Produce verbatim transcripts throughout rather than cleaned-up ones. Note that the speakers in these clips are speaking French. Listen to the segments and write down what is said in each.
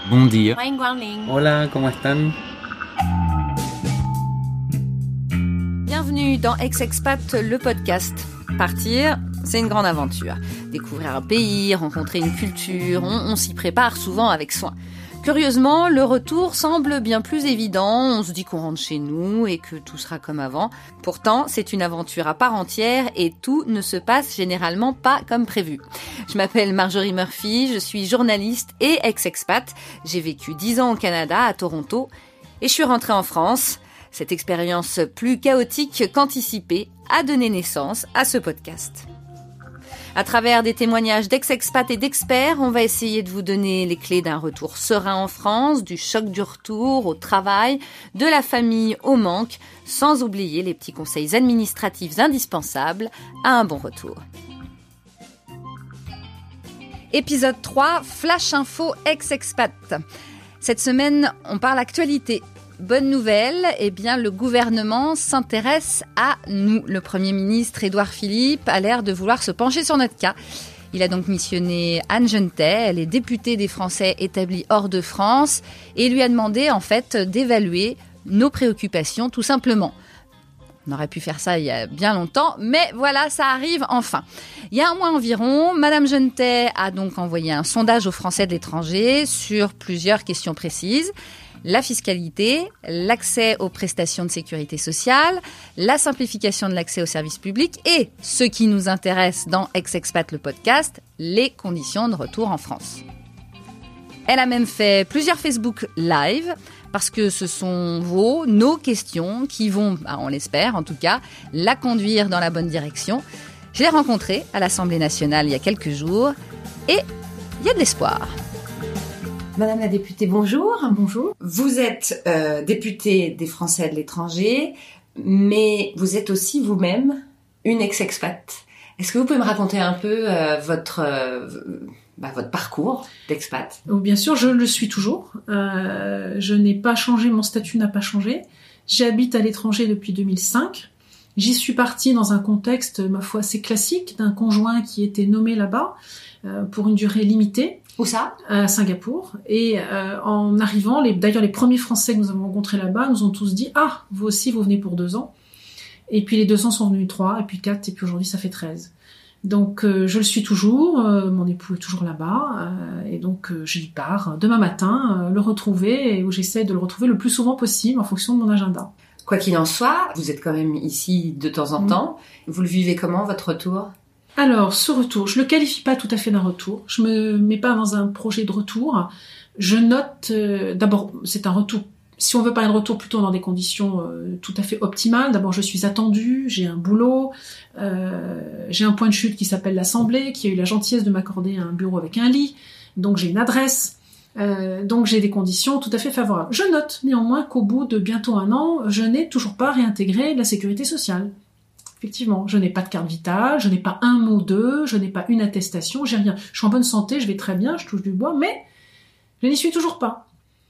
Bon dia. Hola, ¿cómo están? Bienvenue dans Ex-Expat, le podcast. Partir, c'est une grande aventure. Découvrir un pays, rencontrer une culture, on, on s'y prépare souvent avec soin. Curieusement, le retour semble bien plus évident, on se dit qu'on rentre chez nous et que tout sera comme avant. Pourtant, c'est une aventure à part entière et tout ne se passe généralement pas comme prévu. Je m'appelle Marjorie Murphy, je suis journaliste et ex-expat. J'ai vécu dix ans au Canada, à Toronto, et je suis rentrée en France. Cette expérience plus chaotique qu'anticipée a donné naissance à ce podcast. À travers des témoignages d'ex-expats et d'experts, on va essayer de vous donner les clés d'un retour serein en France, du choc du retour au travail, de la famille au manque, sans oublier les petits conseils administratifs indispensables à un bon retour. Épisode trois, Flash Info ex-expat. Cette semaine, on parle actualité. Bonne nouvelle, eh bien, le gouvernement s'intéresse à nous. Le Premier ministre Édouard Philippe a l'air de vouloir se pencher sur notre cas. Il a donc missionné Anne Genetet, elle est députée des Français établis hors de France, et lui a demandé en fait d'évaluer nos préoccupations tout simplement. On aurait pu faire ça il y a bien longtemps, mais voilà, ça arrive enfin. Il y a un mois environ, Madame Genetet a donc envoyé un sondage aux Français de l'étranger sur plusieurs questions précises. La fiscalité, l'accès aux prestations de sécurité sociale, la simplification de l'accès aux services publics et, ce qui nous intéresse dans Ex-Expat le podcast, les conditions de retour en France. Elle a même fait plusieurs Facebook Live parce que ce sont vos, nos questions qui vont, on l'espère en tout cas, la conduire dans la bonne direction. Je l'ai rencontrée à l'Assemblée nationale il y a quelques jours et il y a de l'espoir. Madame la députée, bonjour. Bonjour. Vous êtes euh, députée des Français de l'étranger, mais vous êtes aussi vous-même une ex-expat. Est-ce que vous pouvez me raconter un peu euh, votre euh, bah, votre parcours d'expat ? Bien sûr, je le suis toujours. Euh, je n'ai pas changé, mon statut n'a pas changé. J'habite à l'étranger depuis deux mille cinq. J'y suis partie dans un contexte, ma foi, assez classique, d'un conjoint qui était nommé là-bas euh, pour une durée limitée. Où ça ? À Singapour. Et euh, en arrivant, les, d'ailleurs les premiers Français que nous avons rencontrés là-bas nous ont tous dit « Ah, vous aussi, vous venez pour deux ans ». Et puis les deux ans sont venus trois, et puis quatre, et puis aujourd'hui ça fait treize. Donc euh, je le suis toujours, euh, mon époux est toujours là-bas, euh, et donc euh, j'y pars demain matin, euh, le retrouver, et où j'essaie de le retrouver le plus souvent possible en fonction de mon agenda. Quoi qu'il en soit, vous êtes quand même ici de temps en mmh. temps. Vous le vivez comment, votre retour ? Alors, ce retour, je le qualifie pas tout à fait d'un retour. Je me mets pas dans un projet de retour. Je note, euh, d'abord, c'est un retour. Si on veut parler de retour, plutôt dans des conditions euh, tout à fait optimales. D'abord, je suis attendue, j'ai un boulot, euh, j'ai un point de chute qui s'appelle l'Assemblée, qui a eu la gentillesse de m'accorder un bureau avec un lit. Donc, j'ai une adresse. Euh, donc, j'ai des conditions tout à fait favorables. Je note néanmoins qu'au bout de bientôt un an, je n'ai toujours pas réintégré la sécurité sociale. Effectivement, je n'ai pas de carte vitale, je n'ai pas un mot d'eux, je n'ai pas une attestation, j'ai rien. Je suis en bonne santé, je vais très bien, je touche du bois, mais je n'y suis toujours pas.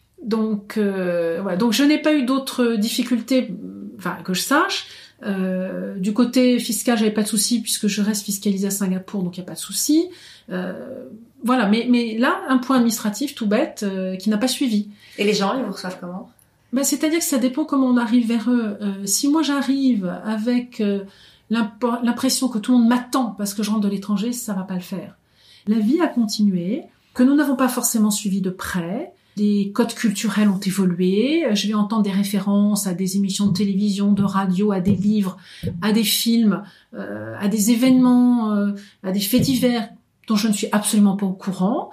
Donc, euh, voilà. Donc, je n'ai pas eu d'autres difficultés, enfin que je sache. Euh, du côté fiscal, j'avais pas de souci puisque je reste fiscalisée à Singapour, donc il y a pas de souci. Euh, voilà, mais mais là, un point administratif tout bête euh, qui n'a pas suivi. Et les gens, ils vous reçoivent comment ? Ben, c'est-à-dire que ça dépend comment on arrive vers eux. Euh, si moi j'arrive avec euh, l'impression que tout le monde m'attend parce que je rentre de l'étranger, ça va pas le faire. La vie a continué, que nous n'avons pas forcément suivi de près. Les codes culturels ont évolué. Je vais entendre des références à des émissions de télévision, de radio, à des livres, à des films, euh, à des événements, euh, à des faits divers dont je ne suis absolument pas au courant.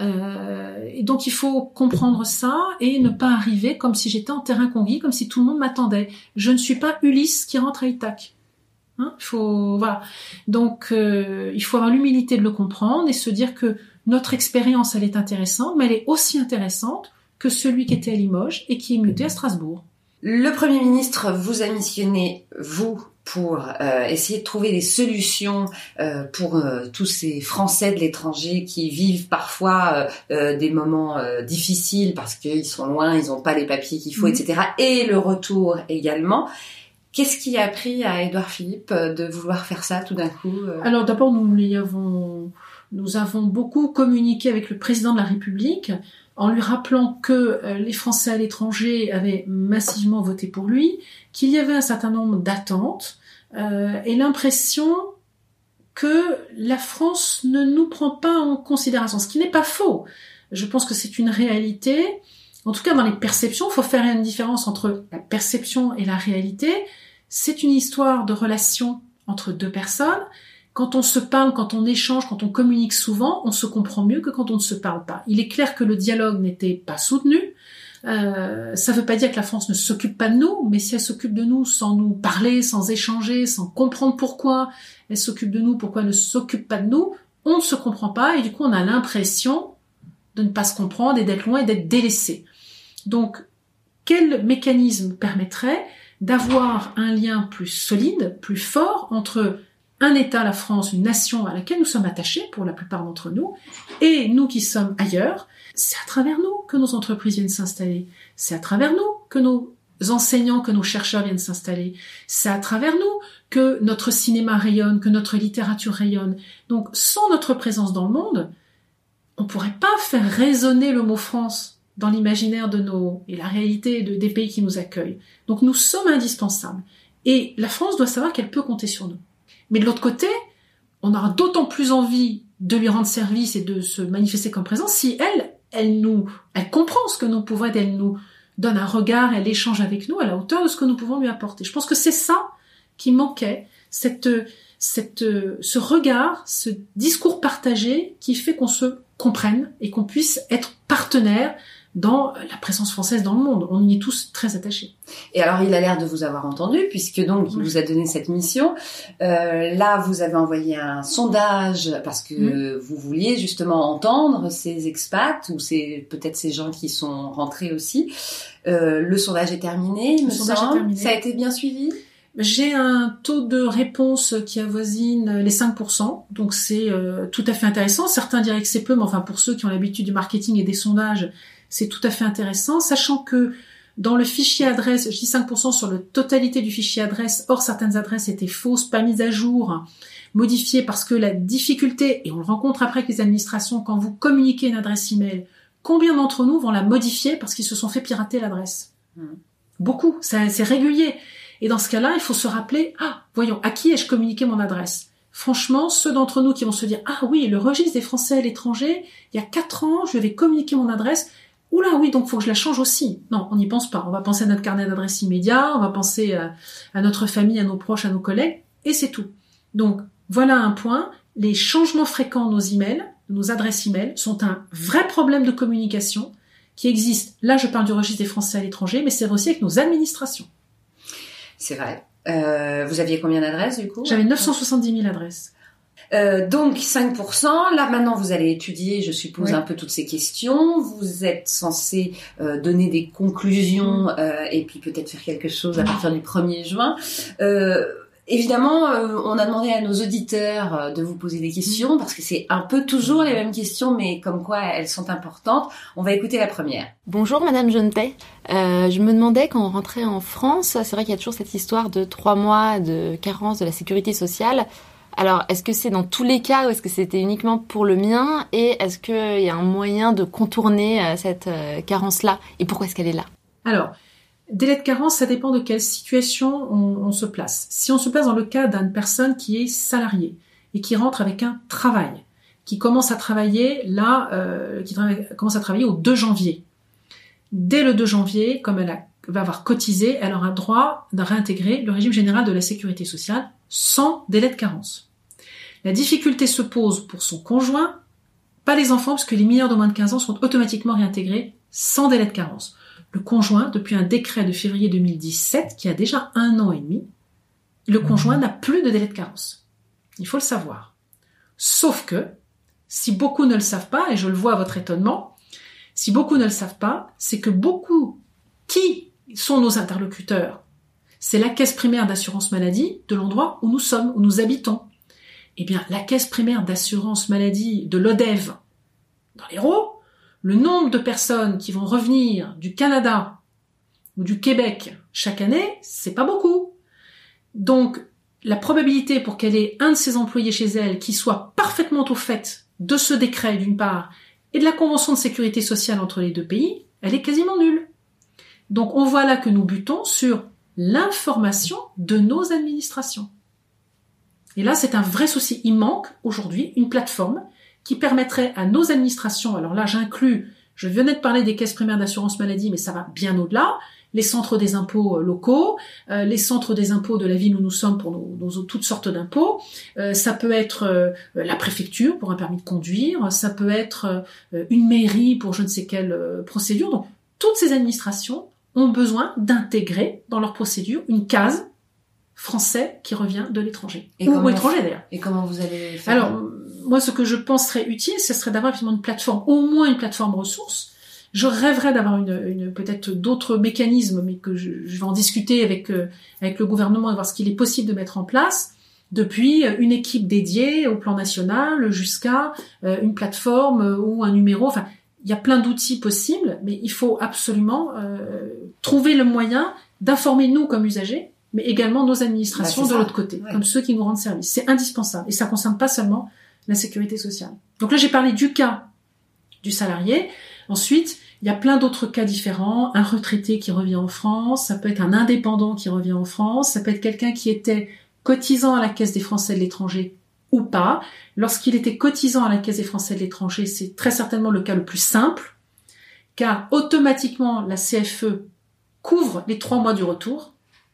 Euh, et donc il faut comprendre ça et ne pas arriver comme si j'étais en terrain conquis, comme si tout le monde m'attendait. Je ne suis pas Ulysse qui rentre à Ithaque. Hein, il faut voilà. Donc euh, il faut avoir l'humilité de le comprendre et se dire que notre expérience elle est intéressante, mais elle est aussi intéressante que celui qui était à Limoges et qui est muté à Strasbourg. Le Premier ministre vous a missionné, vous, pour euh, essayer de trouver des solutions euh, pour euh, tous ces Français de l'étranger qui vivent parfois euh, euh, des moments euh, difficiles parce qu'ils sont loin, ils n'ont pas les papiers qu'il faut, mmh. et cetera. Et le retour également. Qu'est-ce qui a pris à Édouard Philippe de vouloir faire ça tout d'un coup euh... Alors d'abord, nous lui avons Nous avons beaucoup communiqué avec le président de la République en lui rappelant que euh, les Français à l'étranger avaient massivement voté pour lui, qu'il y avait un certain nombre d'attentes euh, et l'impression que la France ne nous prend pas en considération, ce qui n'est pas faux. Je pense que c'est une réalité. En tout cas, dans les perceptions, il faut faire une différence entre la perception et la réalité. C'est une histoire de relation entre deux personnes. Quand on se parle, quand on échange, quand on communique souvent, on se comprend mieux que quand on ne se parle pas. Il est clair que le dialogue n'était pas soutenu. Euh, ça ne veut pas dire que la France ne s'occupe pas de nous, mais si elle s'occupe de nous sans nous parler, sans échanger, sans comprendre pourquoi elle s'occupe de nous, pourquoi elle ne s'occupe pas de nous, on ne se comprend pas et du coup on a l'impression de ne pas se comprendre et d'être loin et d'être délaissé. Donc, quel mécanisme permettrait d'avoir un lien plus solide, plus fort entre un État, la France, une nation à laquelle nous sommes attachés pour la plupart d'entre nous, et nous qui sommes ailleurs? C'est à travers nous que nos entreprises viennent s'installer. C'est à travers nous que nos enseignants, que nos chercheurs viennent s'installer. C'est à travers nous que notre cinéma rayonne, que notre littérature rayonne. Donc, sans notre présence dans le monde, on ne pourrait pas faire résonner le mot France dans l'imaginaire de nos, et la réalité de, des pays qui nous accueillent. Donc, nous sommes indispensables. Et la France doit savoir qu'elle peut compter sur nous. Mais de l'autre côté, on aura d'autant plus envie de lui rendre service et de se manifester comme présence si elle, elle nous, elle comprend ce que nous pouvons être, elle nous donne un regard, elle échange avec nous à la hauteur de ce que nous pouvons lui apporter. Je pense que c'est ça qui manquait, cette, cette, ce regard, ce discours partagé qui fait qu'on se comprenne et qu'on puisse être partenaire dans la présence française dans le monde. On y est tous très attachés. Et alors, il a l'air de vous avoir entendu, puisque donc, il oui. vous a donné cette mission. Euh, là, vous avez envoyé un sondage, parce que mmh. vous vouliez justement entendre ces expats, ou ces, peut-être ces gens qui sont rentrés aussi. Euh, le sondage est terminé, il me semble. Ça a été bien suivi? J'ai un taux de réponse qui avoisine les cinq pour cent, donc c'est euh, tout à fait intéressant. Certains diraient que c'est peu, mais enfin, pour ceux qui ont l'habitude du marketing et des sondages, c'est tout à fait intéressant, sachant que dans le fichier adresse, je dis cinq pour cent sur la totalité du fichier adresse, or certaines adresses étaient fausses, pas mises à jour, modifiées parce que la difficulté, et on le rencontre après avec les administrations, quand vous communiquez une adresse email, combien d'entre nous vont la modifier parce qu'ils se sont fait pirater l'adresse? mmh. Beaucoup, ça, c'est régulier. Et dans ce cas-là, il faut se rappeler, ah, voyons, à qui ai-je communiqué mon adresse? Franchement, ceux d'entre nous qui vont se dire, ah oui, le registre des Français à l'étranger, il y a quatre ans, je vais communiquer mon adresse. Oula, oui, donc faut que je la change aussi. Non, on n'y pense pas. On va penser à notre carnet d'adresse immédiat, on va penser à, à notre famille, à nos proches, à nos collègues, et c'est tout. Donc, voilà un point. Les changements fréquents de nos emails, de nos adresses emails, sont un vrai problème de communication qui existe. Là, je parle du registre des Français à l'étranger, mais c'est aussi avec nos administrations. C'est vrai. Euh, vous aviez combien d'adresses, du coup? J'avais neuf cent soixante-dix mille adresses. Euh, donc cinq pour cent, là maintenant vous allez étudier, je suppose, oui. un peu toutes ces questions, vous êtes censé euh, donner des conclusions euh, et puis peut-être faire quelque chose à partir du premier juin. Euh, évidemment, euh, on a demandé à nos auditeurs euh, de vous poser des questions parce que c'est un peu toujours les mêmes questions, mais comme quoi elles sont importantes. On va écouter la première. Bonjour Madame Jeunetet. Euh, je me demandais, quand on rentrait en France, c'est vrai qu'il y a toujours cette histoire de trois mois de carence de la sécurité sociale. Alors, est-ce que c'est dans tous les cas ou est-ce que c'était uniquement pour le mien? Et est-ce qu'il y a un moyen de contourner euh, cette euh, carence-là? Et pourquoi est-ce qu'elle est là? Alors, délai de carence, ça dépend de quelle situation on, on se place. Si on se place dans le cas d'une personne qui est salariée et qui rentre avec un travail, qui commence à travailler là, euh, qui travaille, commence à travailler au deux janvier. Dès le deux janvier, comme elle a, va avoir cotisé, elle aura droit de réintégrer le régime général de la sécurité sociale sans délai de carence. La difficulté se pose pour son conjoint, pas les enfants, parce que les mineurs de moins de quinze ans sont automatiquement réintégrés sans délai de carence. Le conjoint, depuis un décret de février deux mille dix-sept, qui a déjà un an et demi, le conjoint n'a plus de délai de carence. Il faut le savoir. Sauf que, si beaucoup ne le savent pas, et je le vois à votre étonnement, si beaucoup ne le savent pas, c'est que beaucoup, qui sont nos interlocuteurs? C'est la caisse primaire d'assurance maladie de l'endroit où nous sommes, où nous habitons. Eh bien, la caisse primaire d'assurance maladie de l'O D E V dans l'Hérault, le nombre de personnes qui vont revenir du Canada ou du Québec chaque année, c'est pas beaucoup. Donc, la probabilité pour qu'elle ait un de ses employés chez elle qui soit parfaitement au fait de ce décret d'une part et de la convention de sécurité sociale entre les deux pays, elle est quasiment nulle. Donc on voit là que nous butons sur l'information de nos administrations. Et là, c'est un vrai souci. Il manque aujourd'hui une plateforme qui permettrait à nos administrations, alors là j'inclus, je venais de parler des caisses primaires d'assurance maladie, mais ça va bien au-delà, les centres des impôts locaux, euh, les centres des impôts de la ville où nous sommes pour nos, nos toutes sortes d'impôts, euh, ça peut être euh, la préfecture pour un permis de conduire, ça peut être euh, une mairie pour je ne sais quelle euh, procédure. Donc toutes ces administrations ont besoin d'intégrer dans leur procédure une case français qui revient de l'étranger. Et Ou, ou étranger d'ailleurs. Et comment vous allez faire? Alors, moi, ce que je pense serait utile, ce serait d'avoir effectivement une plateforme, au moins une plateforme ressources. Je rêverais d'avoir une, une peut-être d'autres mécanismes, mais que je, je vais en discuter avec euh, avec le gouvernement et voir ce qu'il est possible de mettre en place. Depuis une équipe dédiée au plan national jusqu'à euh, une plateforme ou un numéro. Enfin, il y a plein d'outils possibles, mais il faut absolument euh, trouver le moyen d'informer nous comme usagers, mais également nos administrations bah, de ça. L'autre côté, ouais. Comme ceux qui nous rendent service. C'est indispensable et ça concerne pas seulement la sécurité sociale. Donc là, j'ai parlé du cas du salarié. Ensuite, il y a plein d'autres cas différents. Un retraité qui revient en France, ça peut être un indépendant qui revient en France, ça peut être quelqu'un qui était cotisant à la Caisse des Français de l'étranger ou pas. Lorsqu'il était cotisant à la Caisse des Français de l'étranger, c'est très certainement le cas le plus simple, car automatiquement, la C F E couvre les trois mois du retour.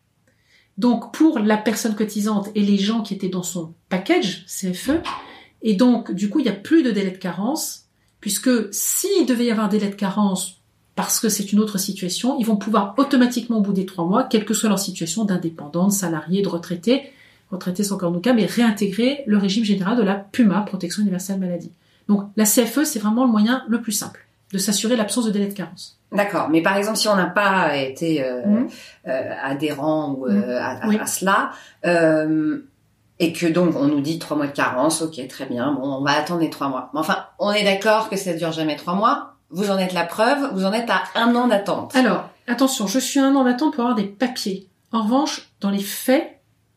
Donc, pour la personne cotisante et les gens qui étaient dans son package C F E, et donc, du coup, il n'y a plus de délai de carence, puisque s'il devait y avoir délai de carence, parce que c'est une autre situation, ils vont pouvoir automatiquement, au bout des trois mois, quelle que soit leur situation d'indépendant, de salarié, de retraité, retraité c'est encore nos cas, mais réintégrer le régime général de la PUMA, Protection Universelle Maladie. Donc, la C F E, c'est vraiment le moyen le plus simple de s'assurer l'absence de délai de carence. D'accord, mais par exemple, si on n'a pas été euh, mmh. euh, adhérent ou euh, mmh. à, à, oui. à cela, euh, et que donc on nous dit trois mois de carence, ok, très bien, bon, on va attendre les trois mois. Mais enfin, on est d'accord que ça dure jamais trois mois. Vous en êtes la preuve, vous en êtes à un an d'attente. Alors, attention, je suis à un an d'attente pour avoir des papiers. En revanche, dans les faits,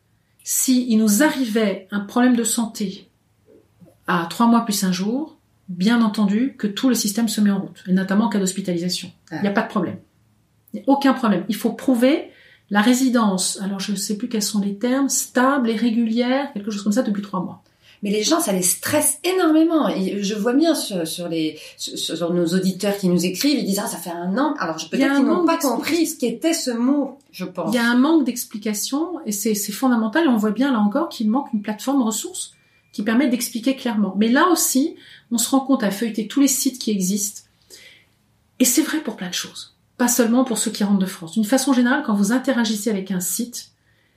si il nous arrivait un problème de santé à trois mois plus un jour, bien entendu que tout le système se met en route, et notamment en cas d'hospitalisation. Il ah. n'y a pas de problème. Il n'y a aucun problème. Il faut prouver la résidence, alors je ne sais plus quels sont les termes, stable et régulière, quelque chose comme ça, depuis trois mois. Mais les gens, ça les stresse énormément. Et je vois bien sur, sur, les, sur, sur nos auditeurs qui nous écrivent, ils disent « Ah, ça fait un an ». Alors peut-être qu'ils n'ont pas compris ce qu'était ce mot, je pense. Il y a un manque d'explication, et c'est, c'est fondamental, et on voit bien là encore qu'il manque une plateforme ressources qui permet d'expliquer clairement. Mais là aussi, on se rend compte à feuilleter tous les sites qui existent. Et c'est vrai pour plein de choses. Pas seulement pour ceux qui rentrent de France. D'une façon générale, quand vous interagissez avec un site,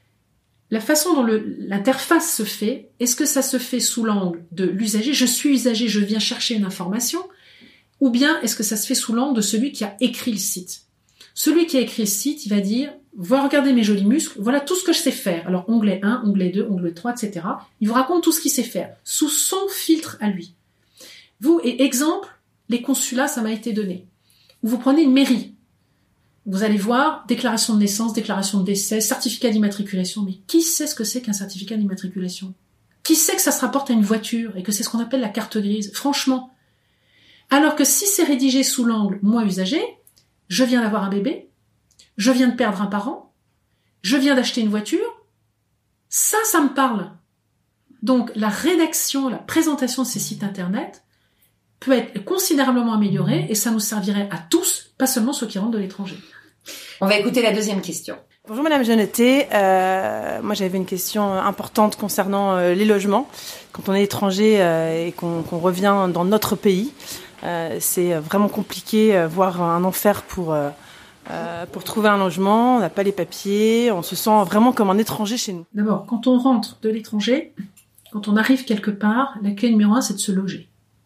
la façon dont le, l'interface se fait, est-ce que ça se fait sous l'angle de l'usager, je suis usager, je viens chercher une information, ou bien est-ce que ça se fait sous l'angle de celui qui a écrit le site? Celui qui a écrit le site, il va dire, voilà, regardez mes jolis muscles, voilà tout ce que je sais faire. Alors, onglet un, onglet deux, onglet trois, et cetera. Il vous raconte tout ce qu'il sait faire, sous son filtre à lui. Vous, et exemple, les consulats, ça m'a été donné. Vous prenez une mairie. Vous allez voir, déclaration de naissance, déclaration de décès, certificat d'immatriculation. Mais qui sait ce que c'est qu'un certificat d'immatriculation? Qui sait que ça se rapporte à une voiture et que c'est ce qu'on appelle la carte grise? Franchement. Alors que si c'est rédigé sous l'angle, moi usager, je viens d'avoir un bébé, je viens de perdre un parent, je viens d'acheter une voiture, ça, ça me parle. Donc, la rédaction, la présentation de ces sites internet peut être considérablement améliorée et ça nous servirait à tous, pas seulement ceux qui rentrent de l'étranger. On va écouter la deuxième question. Bonjour Madame Jeuneté, euh, moi j'avais une question importante concernant euh, les logements. Quand on est étranger euh, et qu'on, qu'on revient dans notre pays, euh, c'est vraiment compliqué, euh, voire un enfer pour, euh, euh, pour trouver un logement. On n'a pas les papiers, on se sent vraiment comme un étranger chez nous. D'abord, quand on rentre de l'étranger, quand on arrive quelque part, la clé numéro un, c'est de se loger.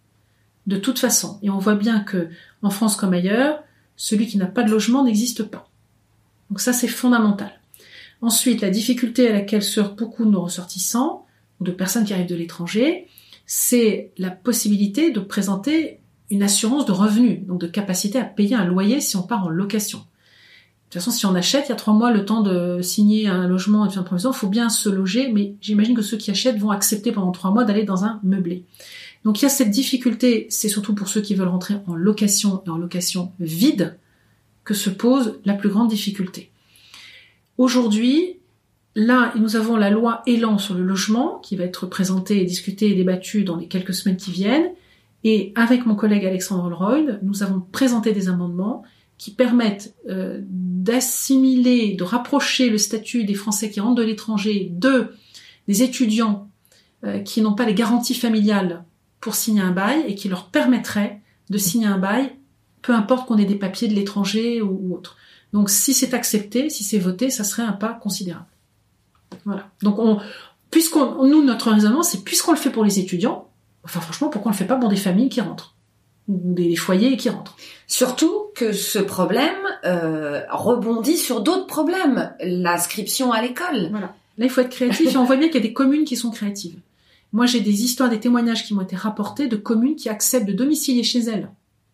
De toute façon. Et on voit bien que, en France comme ailleurs, celui qui n'a pas de logement n'existe pas. Donc ça, c'est fondamental. Ensuite, la difficulté à laquelle se heurtent beaucoup de nos ressortissants, ou de personnes qui arrivent de l'étranger, c'est la possibilité de présenter une assurance de revenus, donc de capacité à payer un loyer si on part en location. De toute façon, si on achète, il y a trois mois le temps de signer un logement et de faire une provision, il faut bien se loger, mais j'imagine que ceux qui achètent vont accepter pendant trois mois d'aller dans un meublé. Donc il y a cette difficulté, c'est surtout pour ceux qui veulent rentrer en location et en location vide que se pose la plus grande difficulté. Aujourd'hui, là, nous avons la loi Elan sur le logement qui va être présentée, discutée et débattue dans les quelques semaines qui viennent. Et avec mon collègue Alexandre Holroyd, nous avons présenté des amendements qui permettent euh, d'assimiler, de rapprocher le statut des Français qui rentrent de l'étranger de des étudiants euh, qui n'ont pas les garanties familiales pour signer un bail et qui leur permettraient de signer un bail, peu importe qu'on ait des papiers de l'étranger ou, ou autre. Donc si c'est accepté, si c'est voté, ça serait un pas considérable. Voilà. Donc on, puisqu'on, nous notre raisonnement, c'est puisqu'on le fait pour les étudiants, enfin franchement, pourquoi on le fait pas pour des familles qui rentrent ou des foyers qui rentrent? Surtout que ce problème euh, rebondit sur d'autres problèmes, l'inscription à l'école. Voilà. Là, il faut être créatif et on voit bien qu'il y a des communes qui sont créatives. Moi, j'ai des histoires, des témoignages qui m'ont été rapportés de communes qui acceptent de domicilier chez elles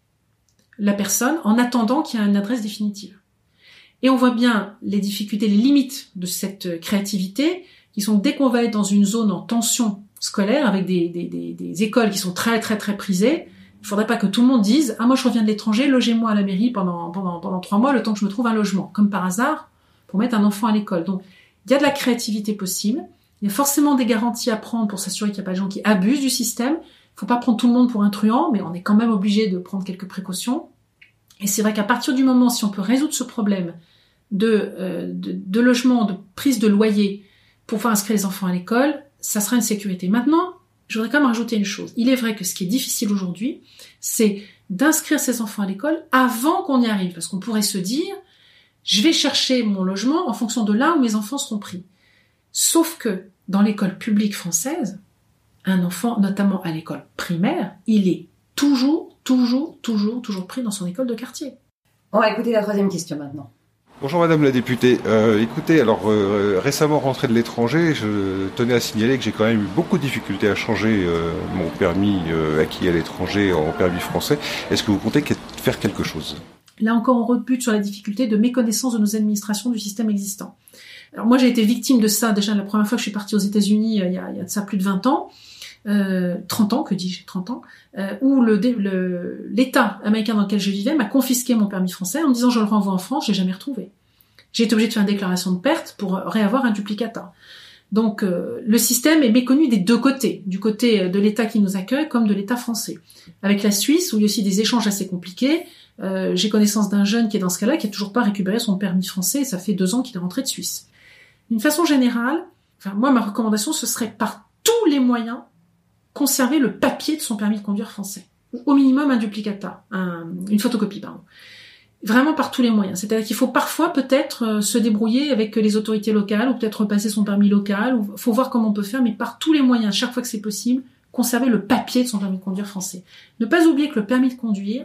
la personne en attendant qu'il y ait une adresse définitive. Et on voit bien les difficultés, les limites de cette créativité, qui sont dès qu'on va être dans une zone en tension scolaire, avec des, des, des, des écoles qui sont très très très prisées, il faudrait pas que tout le monde dise « Ah, moi je reviens de l'étranger, logez-moi à la mairie pendant, pendant, pendant trois mois, le temps que je me trouve un logement. » Comme par hasard, pour mettre un enfant à l'école. Donc, il y a de la créativité possible. Il y a forcément des garanties à prendre pour s'assurer qu'il n'y a pas de gens qui abusent du système. Il faut pas prendre tout le monde pour un truand, mais on est quand même obligé de prendre quelques précautions. Et c'est vrai qu'à partir du moment, si on peut résoudre ce problème de, euh, de, de logement, de prise de loyer pour pouvoir inscrire les enfants à l'école, ça sera une sécurité. Maintenant, je voudrais quand même rajouter une chose. Il est vrai que ce qui est difficile aujourd'hui, c'est d'inscrire ses enfants à l'école avant qu'on y arrive. Parce qu'on pourrait se dire, je vais chercher mon logement en fonction de là où mes enfants seront pris. Sauf que dans l'école publique française, un enfant, notamment à l'école primaire, il est toujours, toujours, toujours, toujours pris dans son école de quartier. On va écouter la troisième question maintenant. Bonjour Madame la députée. Euh, écoutez, alors euh, récemment rentré de l'étranger, je tenais à signaler que j'ai quand même eu beaucoup de difficultés à changer euh, mon permis euh, acquis à l'étranger en permis français. Est-ce que vous comptez faire quelque chose ? Là encore, on rebute sur la difficulté de méconnaissance de nos administrations du système existant. Alors moi, j'ai été victime de ça déjà la première fois que je suis partie aux États-Unis, euh, il y a, il y a de ça plus de vingt ans. Euh, trente ans, que dis-je, trente ans, euh, où le, le, l'État américain dans lequel je vivais m'a confisqué mon permis français en me disant je le renvoie en France, je l'ai jamais retrouvé. J'ai été obligée de faire une déclaration de perte pour réavoir un duplicata. Donc euh, le système est méconnu des deux côtés, du côté de l'État qui nous accueille comme de l'État français. Avec la Suisse, où il y a aussi des échanges assez compliqués, euh, j'ai connaissance d'un jeune qui est dans ce cas-là, qui a toujours pas récupéré son permis français, et ça fait deux ans qu'il est rentré de Suisse. D'une façon générale, enfin moi ma recommandation ce serait par tous les moyens conserver le papier de son permis de conduire français. Au minimum un duplicata, un, une photocopie, pardon. Vraiment par tous les moyens. C'est-à-dire qu'il faut parfois peut-être euh, se débrouiller avec les autorités locales ou peut-être repasser son permis local. Ou faut voir comment on peut faire, mais par tous les moyens, chaque fois que c'est possible, conserver le papier de son permis de conduire français. Ne pas oublier que le permis de conduire,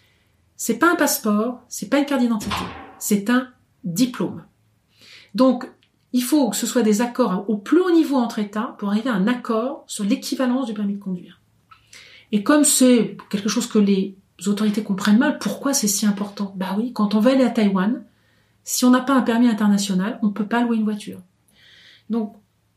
c'est pas un passeport, c'est pas une carte d'identité, c'est un diplôme. Donc, il faut que ce soit des accords au plus haut niveau entre États pour arriver à un accord sur l'équivalence du permis de conduire. Et comme c'est quelque chose que les autorités comprennent mal, pourquoi c'est si important ? Bah oui, quand on va aller à Taïwan, si on n'a pas un permis international, on ne peut pas louer une voiture. Donc,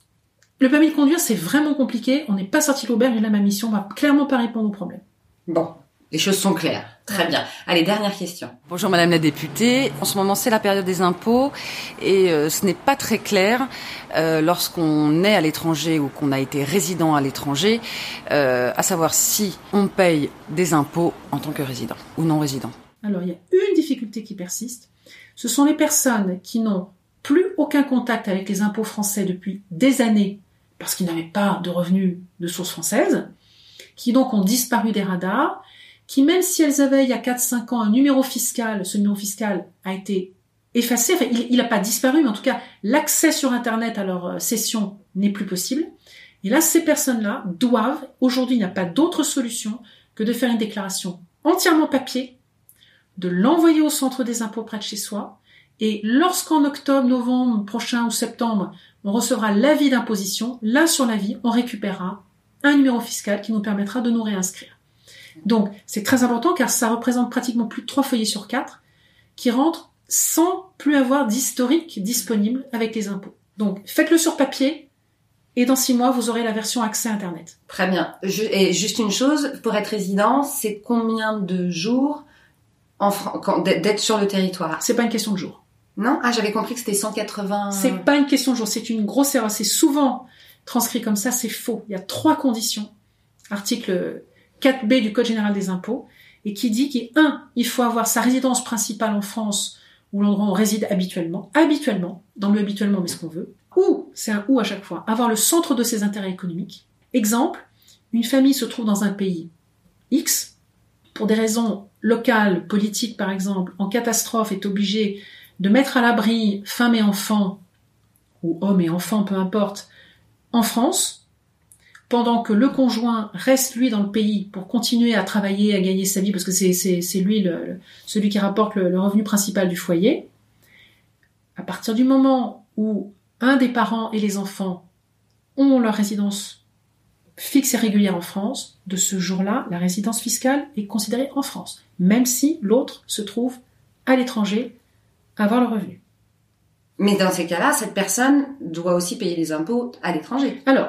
le permis de conduire, c'est vraiment compliqué. On n'est pas sorti de l'auberge et là, ma mission va clairement pas répondre aux problèmes. Bon, les choses sont claires. Très bien. Allez, dernière question. Bonjour Madame la députée. En ce moment, c'est la période des impôts et euh, ce n'est pas très clair euh, lorsqu'on est à l'étranger ou qu'on a été résident à l'étranger, euh, à savoir si on paye des impôts en tant que résident ou non résident. Alors, il y a une difficulté qui persiste. Ce sont les personnes qui n'ont plus aucun contact avec les impôts français depuis des années parce qu'ils n'avaient pas de revenus de source française, qui donc ont disparu des radars, qui même si elles avaient il y a quatre cinq ans un numéro fiscal, ce numéro fiscal a été effacé, enfin il n'a pas disparu, mais en tout cas l'accès sur Internet à leur session n'est plus possible. Et là, ces personnes-là doivent, aujourd'hui il n'y a pas d'autre solution que de faire une déclaration entièrement papier, de l'envoyer au centre des impôts près de chez soi, et lorsqu'en octobre, novembre prochain ou septembre, on recevra l'avis d'imposition, là sur l'avis, on récupérera un numéro fiscal qui nous permettra de nous réinscrire. Donc, c'est très important car ça représente pratiquement plus de trois foyers sur quatre qui rentrent sans plus avoir d'historique disponible avec les impôts. Donc, faites-le sur papier et dans six mois, vous aurez la version accès Internet. Très bien. Je, et juste une chose, pour être résident, c'est combien de jours en Fran- quand, d'être sur le territoire? C'est pas une question de jours. Non? Ah, j'avais compris que c'était cent quatre-vingts... C'est pas une question de jours, c'est une grosse erreur. C'est souvent transcrit comme ça, c'est faux. Il y a trois conditions. Article quatre B du Code général des impôts, et qui dit qu'il un, il faut avoir sa résidence principale en France, où l'endroit où on réside habituellement, habituellement, dans le habituellement, mais ce qu'on veut, ou, c'est un ou à chaque fois, avoir le centre de ses intérêts économiques. Exemple, une famille se trouve dans un pays X, pour des raisons locales, politiques par exemple, en catastrophe, est obligée de mettre à l'abri femmes et enfants, ou hommes et enfants, peu importe, en France, pendant que le conjoint reste lui dans le pays pour continuer à travailler, à gagner sa vie, parce que c'est, c'est, c'est lui le, le, celui qui rapporte le, le revenu principal du foyer. À partir du moment où un des parents et les enfants ont leur résidence fixe et régulière en France, de ce jour-là, la résidence fiscale est considérée en France, même si l'autre se trouve à l'étranger à avoir le revenu. Mais dans ces cas-là, cette personne doit aussi payer les impôts à l'étranger. Alors,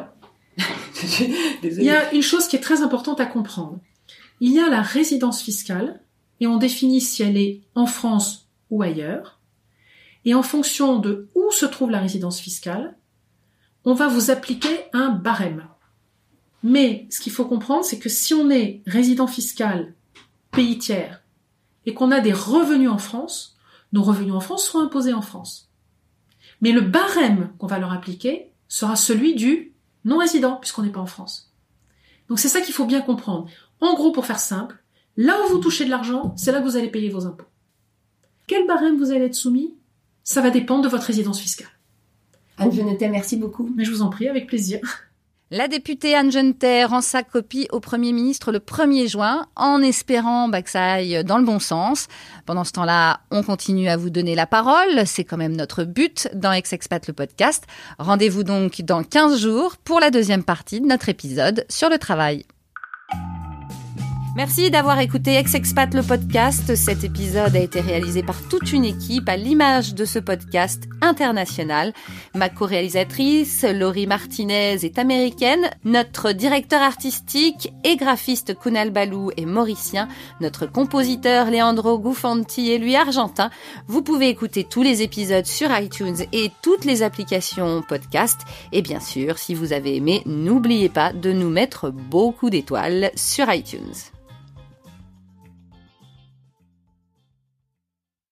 il y a une chose qui est très importante à comprendre. Il y a la résidence fiscale, et on définit si elle est en France ou ailleurs. Et en fonction de où se trouve la résidence fiscale, on va vous appliquer un barème. Mais ce qu'il faut comprendre, c'est que si on est résident fiscal pays tiers et qu'on a des revenus en France, nos revenus en France seront imposés en France. Mais le barème qu'on va leur appliquer sera celui du non-résident, puisqu'on n'est pas en France. Donc c'est ça qu'il faut bien comprendre. En gros, pour faire simple, là où vous touchez de l'argent, c'est là que vous allez payer vos impôts. Quel barème vous allez être soumis? Ça va dépendre de votre résidence fiscale. Anne Genetet, merci beaucoup. Mais je vous en prie, avec plaisir. La députée Anne Genetet rend sa copie au Premier ministre le premier juin, en espérant bah, que ça aille dans le bon sens. Pendant ce temps-là, on continue à vous donner la parole. C'est quand même notre but dans Ex-Expat le podcast. Rendez-vous donc dans quinze jours pour la deuxième partie de notre épisode sur le travail. Merci d'avoir écouté Ex-Expat le podcast. Cet épisode a été réalisé par toute une équipe à l'image de ce podcast international. Ma co-réalisatrice, Laurie Martinez, est américaine. Notre directeur artistique et graphiste Kunal Balou est mauricien. Notre compositeur Leandro Gufanti est lui argentin. Vous pouvez écouter tous les épisodes sur iTunes et toutes les applications podcast. Et bien sûr, si vous avez aimé, n'oubliez pas de nous mettre beaucoup d'étoiles sur iTunes.